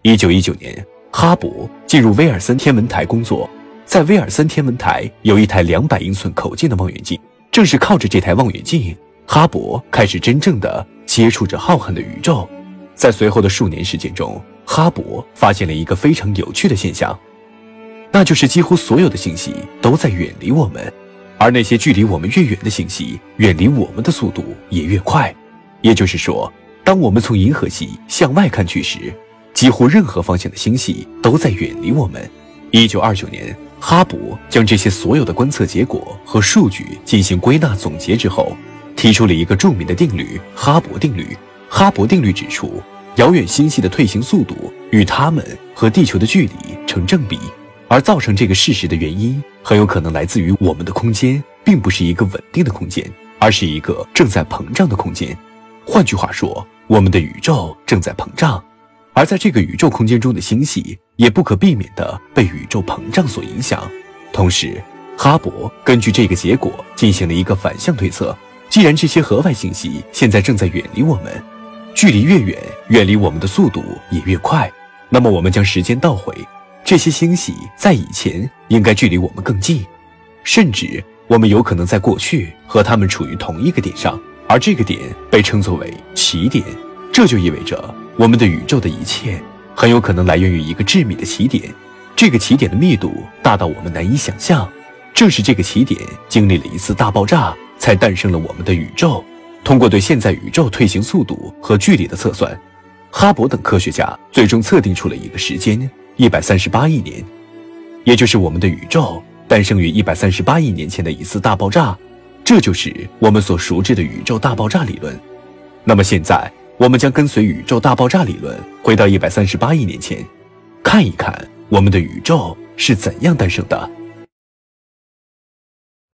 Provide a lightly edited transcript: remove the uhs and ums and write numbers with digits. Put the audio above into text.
1919年，哈勃进入威尔森天文台工作。在威尔森天文台有一台200英寸口径的望远镜，正是靠着这台望远镜，哈勃开始真正的接触着浩瀚的宇宙。在随后的数年时间中，哈勃发现了一个非常有趣的现象，那就是几乎所有的星系都在远离我们，而那些距离我们越远的星系，远离我们的速度也越快。也就是说，当我们从银河系向外看去时，几乎任何方向的星系都在远离我们。1929年，哈勃将这些所有的观测结果和数据进行归纳总结之后，提出了一个著名的定律——哈勃定律。哈勃定律指出，遥远星系的退行速度与它们和地球的距离成正比，而造成这个事实的原因很有可能来自于我们的空间并不是一个稳定的空间，而是一个正在膨胀的空间。换句话说，我们的宇宙正在膨胀，而在这个宇宙空间中的星系也不可避免地被宇宙膨胀所影响。同时，哈勃根据这个结果进行了一个反向推测，既然这些河外星系现在正在远离我们，距离越远，远离我们的速度也越快，那么我们将时间倒回，这些星系在以前应该距离我们更近，甚至我们有可能在过去和它们处于同一个点上，而这个点被称作为起点。这就意味着我们的宇宙的一切很有可能来源于一个致密的起点，这个起点的密度大到我们难以想象。正是这个起点经历了一次大爆炸，才诞生了我们的宇宙。通过对现在宇宙退行速度和距离的测算，哈勃等科学家最终测定出了一个时间138亿年，也就是我们的宇宙诞生于138亿年前的一次大爆炸。这就是我们所熟知的宇宙大爆炸理论。那么现在我们将跟随宇宙大爆炸理论回到138亿年前，看一看我们的宇宙是怎样诞生的。